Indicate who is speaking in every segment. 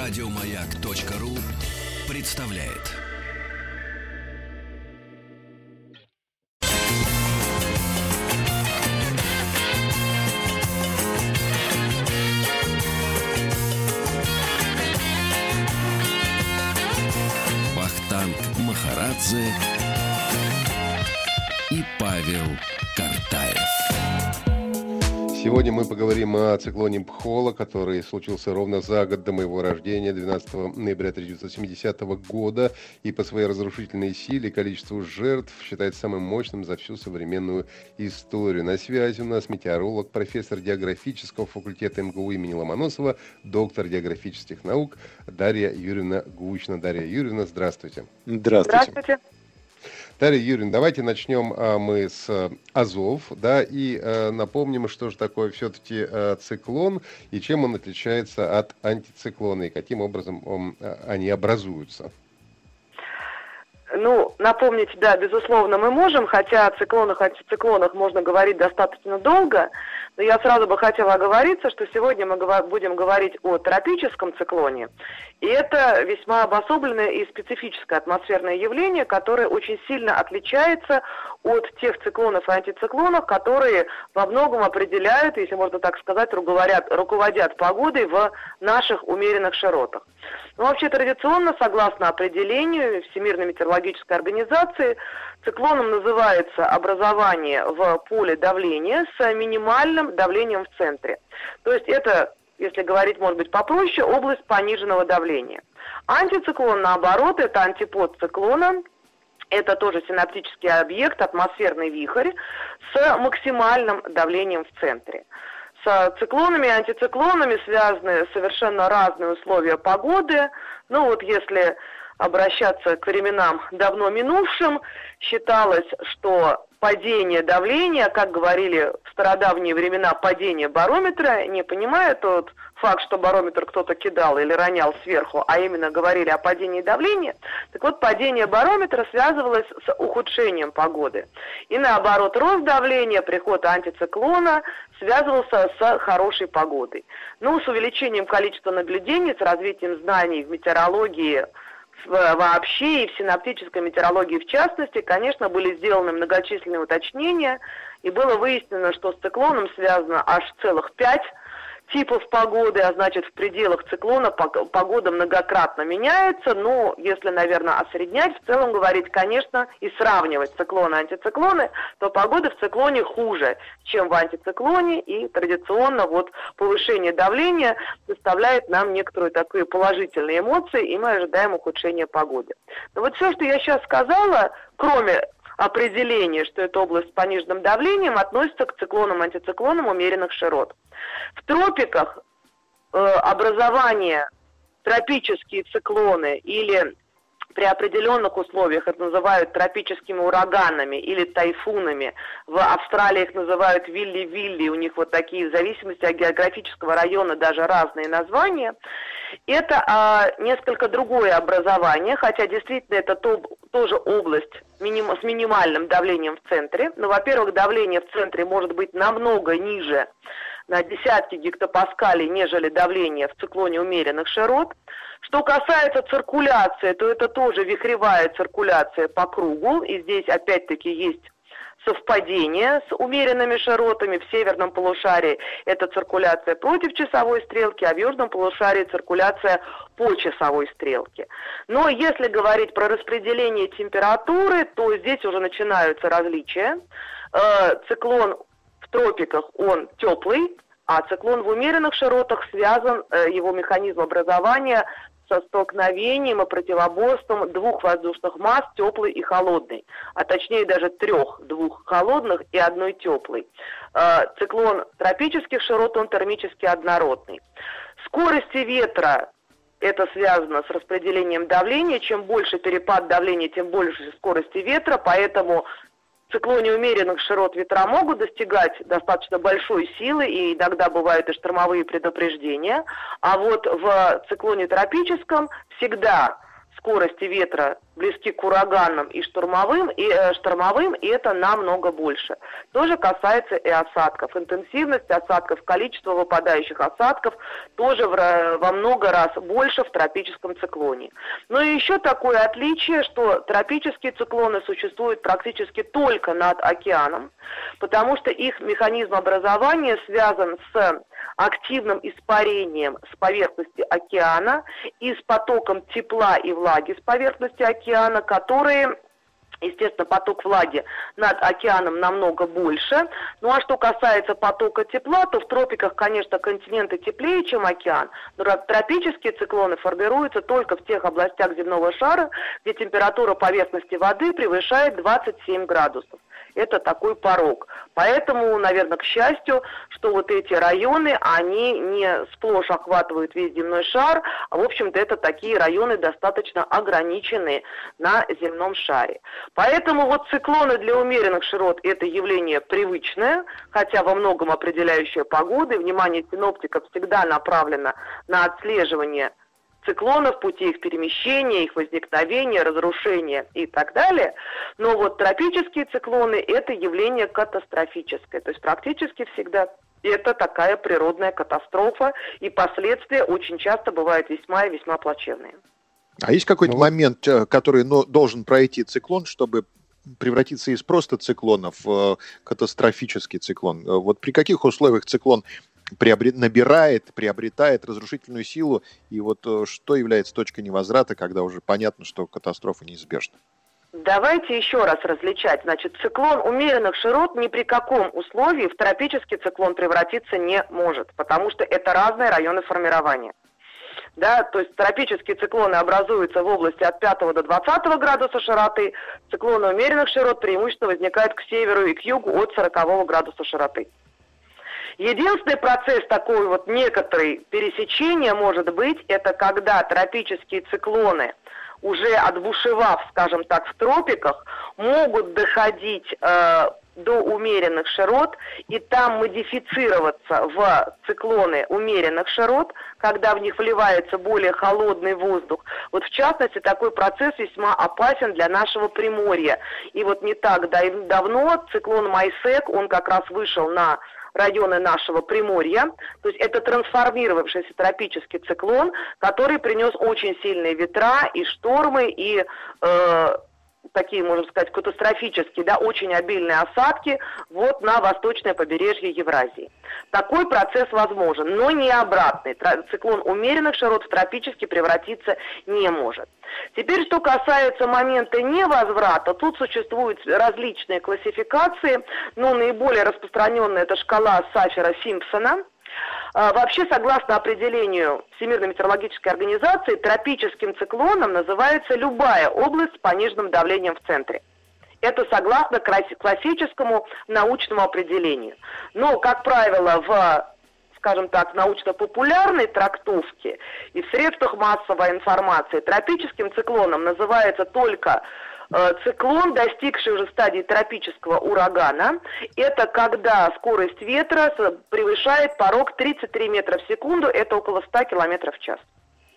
Speaker 1: Радиомаяк.ру представляет. Вахтанг Махарадзе и Павел Картаев.
Speaker 2: Сегодня мы поговорим о циклоне Пхола, который случился ровно за год до моего рождения, 12 ноября 1970 года, и по своей разрушительной силе и количеству жертв считается самым мощным за всю современную историю. На связи у нас метеоролог, профессор географического факультета МГУ имени Ломоносова, доктор географических наук Дарья Юрьевна Гучна. Дарья Юрьевна, здравствуйте.
Speaker 3: Здравствуйте.
Speaker 2: Дарья Юрьевна, давайте начнем мы с азов, да, и напомним, что же такое все-таки циклон и чем он отличается от антициклона и каким образом они образуются.
Speaker 3: Ну, напомнить, да, безусловно, мы можем, хотя о циклонах, антициклонах можно говорить достаточно долго, но я сразу бы хотела оговориться, что сегодня мы будем говорить о тропическом циклоне, и это весьма обособленное и специфическое атмосферное явление, которое очень сильно отличается от тех циклонов и антициклонов, которые во многом определяют, если можно так сказать, руководят погодой в наших умеренных широтах. Но вообще традиционно, согласно определению Всемирной метеорологической организации, циклоном называется образование в поле давления с минимальным давлением в центре. То есть это, если говорить, может быть, попроще, область пониженного давления. Антициклон, наоборот, это антипод циклона. Это тоже синаптический объект, атмосферный вихрь с максимальным давлением в центре. С циклонами и антициклонами связаны совершенно разные условия погоды. Ну вот если обращаться к временам давно минувшим, считалось, что падение давления, как говорили в стародавние времена, падение барометра, не понимая тот факт, что барометр кто-то кидал или ронял сверху, а именно говорили о падении давления, так вот падение барометра связывалось с ухудшением погоды. И наоборот, рост давления, приход антициклона связывался с хорошей погодой. Ну, с увеличением количества наблюдений, с развитием знаний в метеорологии вообще и в синаптической метеорологии в частности, конечно, были сделаны многочисленные уточнения, и было выяснено, что с циклоном связано аж целых 5 типов погоды, а значит в пределах циклона погода многократно меняется, но если, наверное, осреднять, в целом говорить, конечно, и сравнивать циклоны и антициклоны, то погода в циклоне хуже, чем в антициклоне, и традиционно вот повышение давления доставляет нам некоторые такие положительные эмоции, и мы ожидаем ухудшения погоды. Но вот все, что я сейчас сказала, кроме определение, что это область с пониженным давлением, относится к циклонам, антициклонам умеренных широт. В тропиках образование тропические циклоны или при определенных условиях это называют тропическими ураганами или тайфунами. В Австралии их называют вилли-вилли, у них вот такие в зависимости от географического района даже разные названия. Это несколько другое образование, хотя действительно это тоже область с минимальным давлением в центре. Но, во-первых, давление в центре может быть намного ниже, на десятки гектопаскалей, нежели давление в циклоне умеренных широт. Что касается циркуляции, то это тоже вихревая циркуляция по кругу, и здесь опять-таки есть совпадение с умеренными широтами. В северном полушарии это циркуляция против часовой стрелки, а в южном полушарии циркуляция по часовой стрелке. Но если говорить про распределение температуры, то здесь уже начинаются различия. Циклон в тропиках, он теплый, а циклон в умеренных широтах связан, его механизм образования, со столкновением и противоборством двух воздушных масс, теплой и холодной, а точнее даже двух холодных и одной теплой. Циклон тропических широт, он термически однородный. Скорости ветра, это связано с распределением давления, чем больше перепад давления, тем больше скорости ветра, поэтому в циклоне умеренных широт ветра могут достигать достаточно большой силы, и иногда бывают и штормовые предупреждения. А вот в циклоне тропическом всегда скорости ветра близки к ураганам и штормовым, и это намного больше. Тоже касается и осадков. Интенсивность осадков, количество выпадающих осадков тоже во много раз больше в тропическом циклоне. Но и еще такое отличие, что тропические циклоны существуют практически только над океаном, потому что их механизм образования связан с активным испарением с поверхности океана и с потоком тепла и влаги с поверхности океана, которые, естественно, поток влаги над океаном намного больше. Ну а что касается потока тепла, то в тропиках, конечно, континенты теплее, чем океан, но тропические циклоны формируются только в тех областях земного шара, где температура поверхности воды превышает 27 градусов. Это такой порог. Поэтому, наверное, к счастью, что вот эти районы, они не сплошь охватывают весь земной шар, а, в общем-то, это такие районы достаточно ограниченные на земном шаре. Поэтому вот циклоны для умеренных широт – это явление привычное, хотя во многом определяющее погоду, и внимание синоптиков всегда направлено на отслеживание циклонов, пути их перемещения, их возникновения, разрушения и так далее. Но вот тропические циклоны – это явление катастрофическое. То есть практически всегда это такая природная катастрофа, и последствия очень часто бывают весьма и весьма плачевные.
Speaker 4: А есть какой-то момент, который должен пройти циклон, чтобы превратиться из просто циклона в катастрофический циклон? Вот при каких условиях циклон приобретает разрушительную силу, и вот что является точкой невозврата, когда уже понятно, что катастрофа неизбежна?
Speaker 3: Давайте еще раз различать. Значит, циклон умеренных широт ни при каком условии в тропический циклон превратиться не может, потому что это разные районы формирования. Да, то есть тропические циклоны образуются в области от 5 до 20 градуса широты, циклоны умеренных широт преимущественно возникают к северу и к югу от 40 градуса широты. Единственный процесс такой вот некоторый пересечения может быть, это когда тропические циклоны, уже отбушевав, скажем так, в тропиках, могут доходить до умеренных широт и там модифицироваться в циклоны умеренных широт, когда в них вливается более холодный воздух. Вот в частности такой процесс весьма опасен для нашего Приморья. И вот не так давно циклон Майсек, он как раз вышел на районы нашего Приморья, то есть это трансформировавшийся тропический циклон, который принес очень сильные ветра и штормы, и такие, можно сказать, катастрофические, да, очень обильные осадки вот на восточное побережье Евразии. Такой процесс возможен, но не обратный. Циклон умеренных широт в тропический превратиться не может. Теперь, что касается момента невозврата, тут существуют различные классификации, но наиболее распространенная это шкала Саффера-Симпсона. Вообще, согласно определению Всемирной метеорологической организации, тропическим циклоном называется любая область с пониженным давлением в центре. Это согласно классическому научному определению. Но, как правило, в, скажем так, научно-популярной трактовке и в средствах массовой информации тропическим циклоном называется только циклон, достигший уже стадии тропического урагана. Это когда скорость ветра превышает порог 33 метра в секунду, это около 100 километров в час.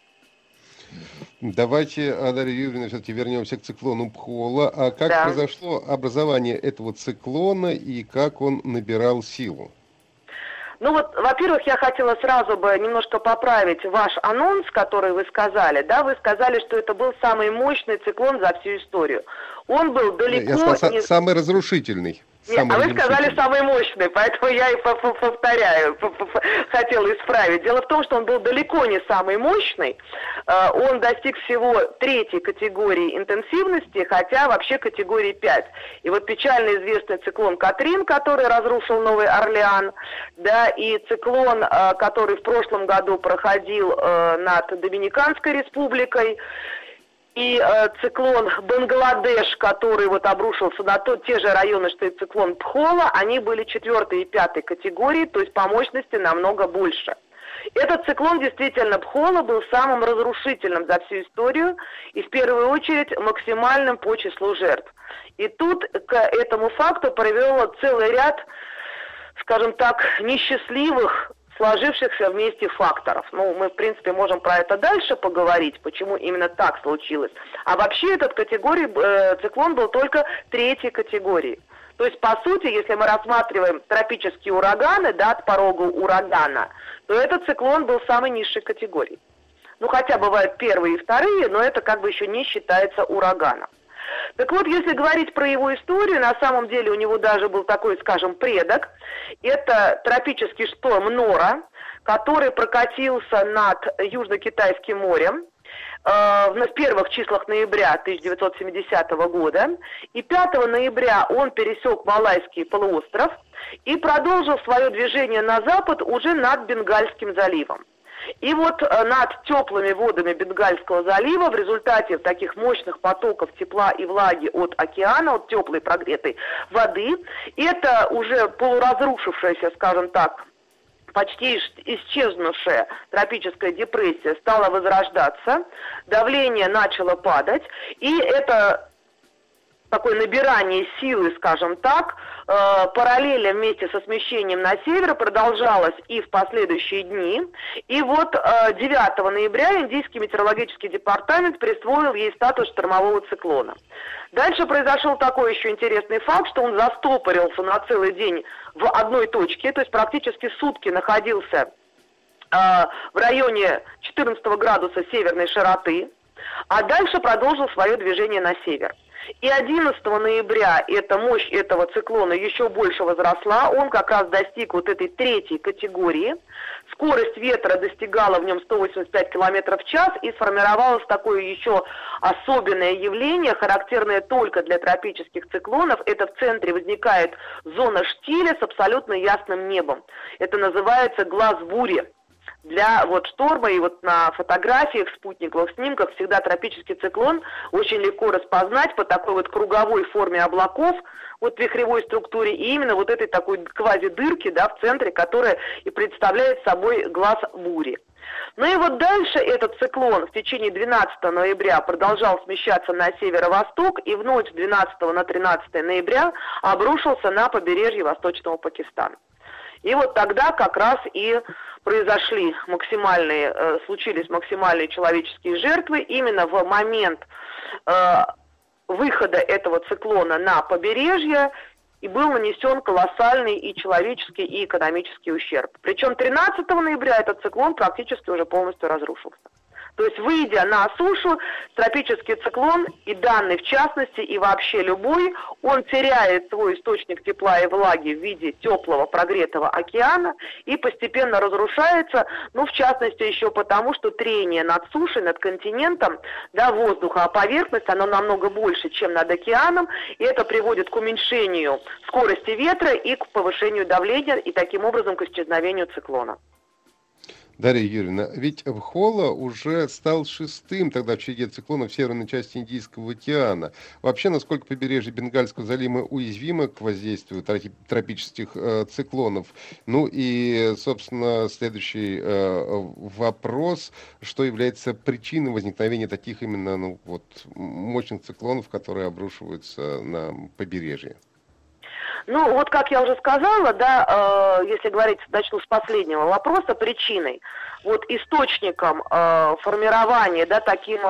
Speaker 2: Давайте, Дарья Юрьевна, все-таки вернемся к циклону Пхола. А как произошло образование этого циклона и как он набирал силу?
Speaker 3: Ну вот, во-первых, я хотела сразу бы немножко поправить ваш анонс, который вы сказали. Да, вы сказали, что это был самый мощный циклон за всю историю. Он был далеко...
Speaker 2: Я сказал, самый разрушительный.
Speaker 3: Нет, а вы сказали самый мощный, поэтому я и повторяю, хотела исправить. Дело в том, что он был далеко не самый мощный. Он достиг всего 3-й категории интенсивности, хотя вообще категории 5. И вот печально известный циклон Катрин, который разрушил Новый Орлеан, да, и циклон, который в прошлом году проходил над Доминиканской республикой, и циклон Бангладеш, который вот обрушился на те же районы, что и циклон Пхола, они были 4-й и 5-й категории, то есть по мощности намного больше. Этот циклон действительно Пхола был самым разрушительным за всю историю и в первую очередь максимальным по числу жертв. И тут к этому факту привел целый ряд, скажем так, несчастливых сложившихся вместе факторов. Ну, мы, в принципе, можем про это дальше поговорить, почему именно так случилось. А вообще этот циклон был только третьей категории. То есть, по сути, если мы рассматриваем тропические ураганы, да, от порога урагана, то этот циклон был самой низшей категории. Ну, хотя бывают первые и вторые, но это как бы еще не считается ураганом. Так вот, если говорить про его историю, на самом деле у него даже был такой, скажем, предок. Это тропический шторм Нора, который прокатился над Южно-Китайским морем в первых числах ноября 1970 года. И 5 ноября он пересек Малайский полуостров и продолжил свое движение на запад уже над Бенгальским заливом. И вот над теплыми водами Бенгальского залива в результате таких мощных потоков тепла и влаги от океана, от теплой прогретой воды, это уже полуразрушившаяся, скажем так, почти исчезнувшая тропическая депрессия стала возрождаться, давление начало падать, и это такое набирание силы, скажем так, параллельно вместе со смещением на север продолжалось и в последующие дни. И вот 9 ноября Индийский метеорологический департамент присвоил ей статус штормового циклона. Дальше произошел такой еще интересный факт, что он застопорился на целый день в одной точке, то есть практически сутки находился в районе 14 градуса северной широты, а дальше продолжил свое движение на север. И 11 ноября эта мощь этого циклона еще больше возросла, он как раз достиг вот этой третьей категории, скорость ветра достигала в нем 185 км в час, и сформировалось такое еще особенное явление, характерное только для тропических циклонов. Это в центре возникает зона штиля с абсолютно ясным небом. Это называется глаз бури. Для вот шторма, и вот на фотографиях, спутниковых снимках всегда тропический циклон очень легко распознать по такой вот круговой форме облаков, вот вихревой структуре, и именно вот этой такой квази-дырки, да, в центре, которая и представляет собой глаз бури. Ну и вот дальше этот циклон в течение 12 ноября продолжал смещаться на северо-восток, и в ночь с 12 на 13 ноября обрушился на побережье Восточного Пакистана. И вот тогда как раз и случились максимальные человеческие жертвы именно в момент выхода этого циклона на побережье, и был нанесен колоссальный и человеческий, и экономический ущерб. Причем 13 ноября этот циклон практически уже полностью разрушился. То есть, выйдя на сушу, тропический циклон, и данный в частности, и вообще любой, он теряет свой источник тепла и влаги в виде теплого прогретого океана и постепенно разрушается, ну, в частности, еще потому, что трение над сушей, над континентом, да, воздуха, а поверхность, оно намного больше, чем над океаном, и это приводит к уменьшению скорости ветра и к повышению давления, и таким образом к исчезновению циклона.
Speaker 2: Дарья Юрьевна, ведь Бхола уже стал 6-м тогда в череде циклонов в северной части Индийского океана. Вообще, насколько побережье Бенгальского залива уязвимо к воздействию тропических циклонов? Ну и, собственно, следующий вопрос, что является причиной возникновения таких именно мощных циклонов, которые обрушиваются на побережье?
Speaker 3: Ну, вот как я уже сказала, да, если говорить, начну с последнего вопроса, причиной, вот источником формирования, да, таким,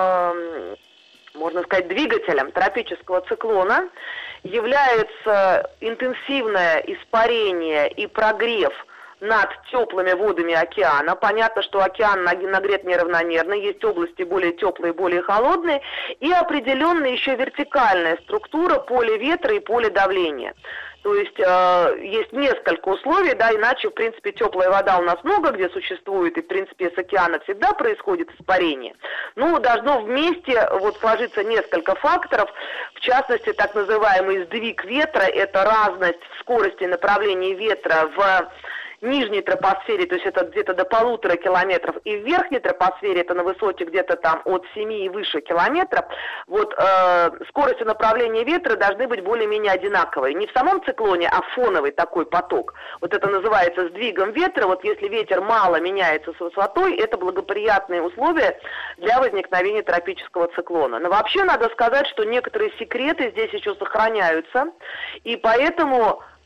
Speaker 3: можно сказать, двигателем тропического циклона является интенсивное испарение и прогрев над теплыми водами океана. Понятно, что океан нагрет неравномерно, есть области более теплые, более холодные, и определенная еще вертикальная структура поля ветра и поля давления. То есть есть несколько условий, да, иначе, в принципе, теплая вода у нас много где существует, и, в принципе, с океана всегда происходит испарение. Ну, должно вместе вот сложиться несколько факторов, в частности, так называемый сдвиг ветра, это разность в скорости направления ветра в нижней тропосфере, то есть это где-то до 1,5 километров, и в верхней тропосфере, это на высоте где-то там от 7 и выше километров, вот скорость направления ветра должны быть более-менее одинаковые. Не в самом циклоне, а фоновый такой поток. Вот это называется сдвигом ветра. Вот если ветер мало меняется с высотой, это благоприятные условия для возникновения тропического циклона. Но вообще надо сказать, что некоторые секреты здесь еще сохраняются, и поэтому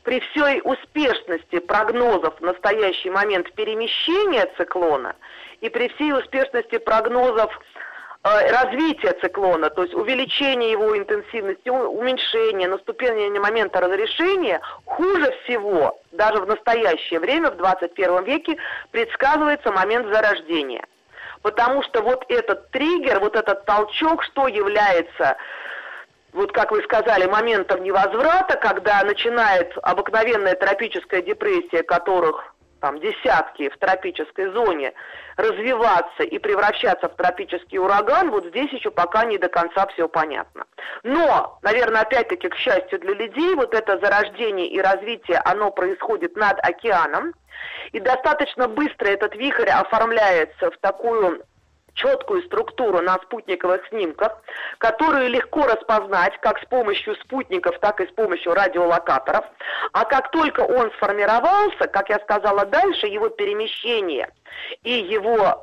Speaker 3: при всей успешности прогнозов в настоящий момент перемещения циклона и при всей успешности прогнозов развития циклона, то есть увеличение его интенсивности, уменьшение, наступление момента разрешения, хуже всего, даже в настоящее время, в 21 веке, предсказывается момент зарождения. Потому что вот этот триггер, вот этот толчок, что является, вот как вы сказали, моментом невозврата, когда начинает обыкновенная тропическая депрессия, которых там десятки в тропической зоне, развиваться и превращаться в тропический ураган, вот здесь еще пока не до конца все понятно. Но, наверное, опять-таки, к счастью для людей, вот это зарождение и развитие, оно происходит над океаном, и достаточно быстро этот вихрь оформляется в такую четкую структуру на спутниковых снимках, которую легко распознать как с помощью спутников, так и с помощью радиолокаторов. А как только он сформировался, как я сказала дальше, его перемещение и его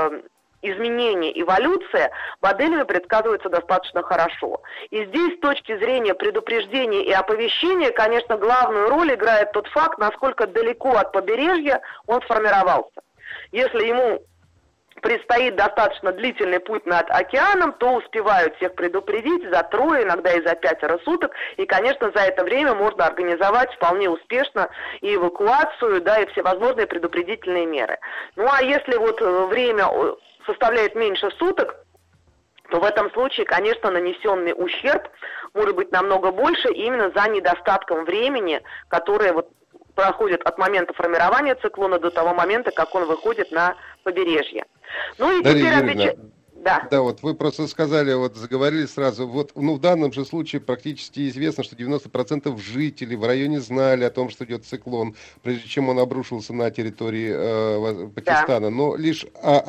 Speaker 3: изменение, эволюция моделями предсказывается достаточно хорошо. И здесь с точки зрения предупреждения и оповещения, конечно, главную роль играет тот факт, насколько далеко от побережья он сформировался. Если ему предстоит достаточно длительный путь над океаном, то успевают всех предупредить за 3, иногда и за 5 суток, и, конечно, за это время можно организовать вполне успешно и эвакуацию, да, и всевозможные предупредительные меры. Ну, а если вот время составляет меньше суток, то в этом случае, конечно, нанесенный ущерб может быть намного больше именно за недостатком времени, которое вот проходит от момента формирования циклона до того момента, как он выходит на побережье. Ну и
Speaker 2: Дарья
Speaker 3: теперь
Speaker 2: Юрьевна,
Speaker 3: Да,
Speaker 2: вот вы просто сказали, вот заговорили сразу, вот, ну, в данном же случае практически известно, что 90% жителей в районе знали о том, что идет циклон, прежде чем он обрушился на территории Пакистана, но лишь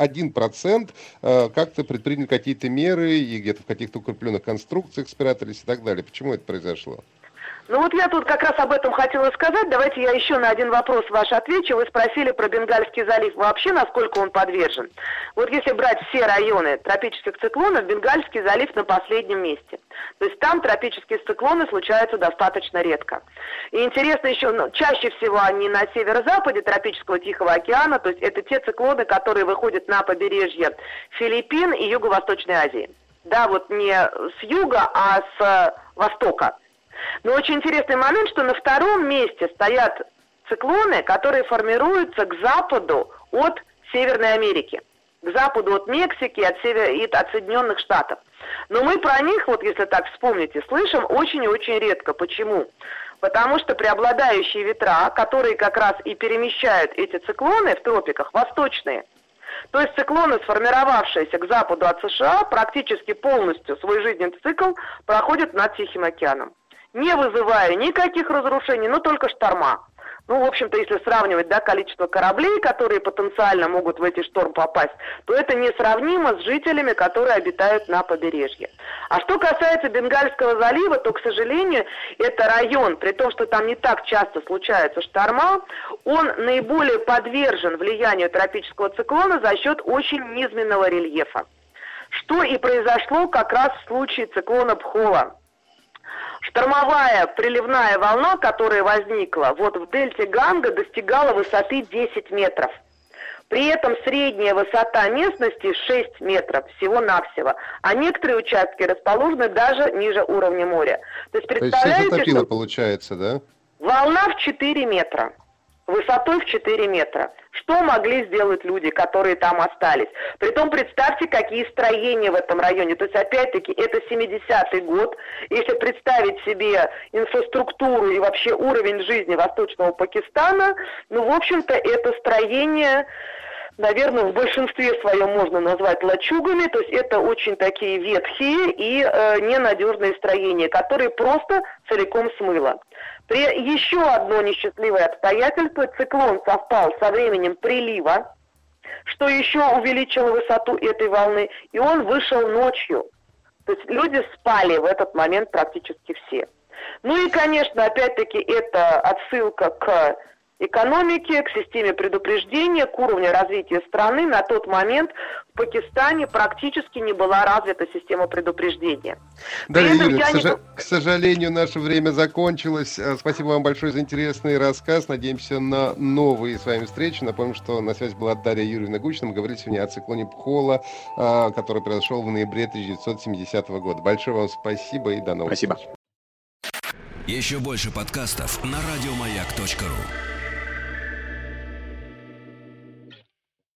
Speaker 2: 1% как-то предприняли какие-то меры и где-то в каких-то укрепленных конструкциях спрятались и так далее. Почему это произошло?
Speaker 3: Ну вот я тут как раз об этом хотела сказать. Давайте я еще на один вопрос ваш отвечу. Вы спросили про Бенгальский залив вообще, насколько он подвержен. Вот если брать все районы тропических циклонов, Бенгальский залив на последнем месте. То есть там тропические циклоны случаются достаточно редко. И интересно еще, чаще всего они на северо-западе тропического Тихого океана, то есть это те циклоны, которые выходят на побережье Филиппин и Юго-Восточной Азии. Да, вот не с юга, а с востока. Но очень интересный момент, что на втором месте стоят циклоны, которые формируются к западу от Северной Америки, к западу от Мексики и от Соединенных Штатов. Но мы про них, вот если так вспомните, слышим очень и очень редко. Почему? Потому что преобладающие ветра, которые как раз и перемещают эти циклоны в тропиках, восточные. То есть циклоны, сформировавшиеся к западу от США, практически полностью свой жизненный цикл проходят над Тихим океаном, не вызывая никаких разрушений, но только шторма. Ну, в общем-то, если сравнивать, да, количество кораблей, которые потенциально могут в эти шторм попасть, то это несравнимо с жителями, которые обитают на побережье. А что касается Бенгальского залива, то, к сожалению, это район, при том, что там не так часто случаются шторма, он наиболее подвержен влиянию тропического циклона за счет очень низменного рельефа. Что и произошло как раз в случае циклона Пхола. Штормовая приливная волна, которая возникла вот в дельте Ганга, достигала высоты 10 метров. При этом средняя высота местности 6 метров всего-навсего, а некоторые участки расположены даже ниже уровня моря. То есть
Speaker 2: все затопило, получается, да?
Speaker 3: Волна в 4 метра. Высотой в 4 метра. Что могли сделать люди, которые там остались? Притом представьте, какие строения в этом районе. То есть, опять-таки, это 70-й год. Если представить себе инфраструктуру и вообще уровень жизни Восточного Пакистана, ну, в общем-то, это строение, наверное, в большинстве своем можно назвать лачугами. То есть, это очень такие ветхие и ненадежные строения, которые просто целиком смыло. Еще одно несчастливое обстоятельство. Циклон совпал со временем прилива, что еще увеличило высоту этой волны, и он вышел ночью. То есть люди спали в этот момент практически все. Ну и, конечно, опять-таки, это отсылка к экономике, к системе предупреждения, к уровню развития страны. На тот момент в Пакистане практически не была развита система предупреждения.
Speaker 2: Дарья Юрьевна, к сожалению, наше время закончилось. Спасибо вам большое за интересный рассказ. Надеемся на новые с вами встречи. Напомню, что на связи была Дарья Юрьевна Гучина. Мы говорили сегодня о циклоне Пхола, который произошел в ноябре 1970 года. Большое вам спасибо и до новых встреч.
Speaker 1: Еще больше подкастов на радиомаяк.ру.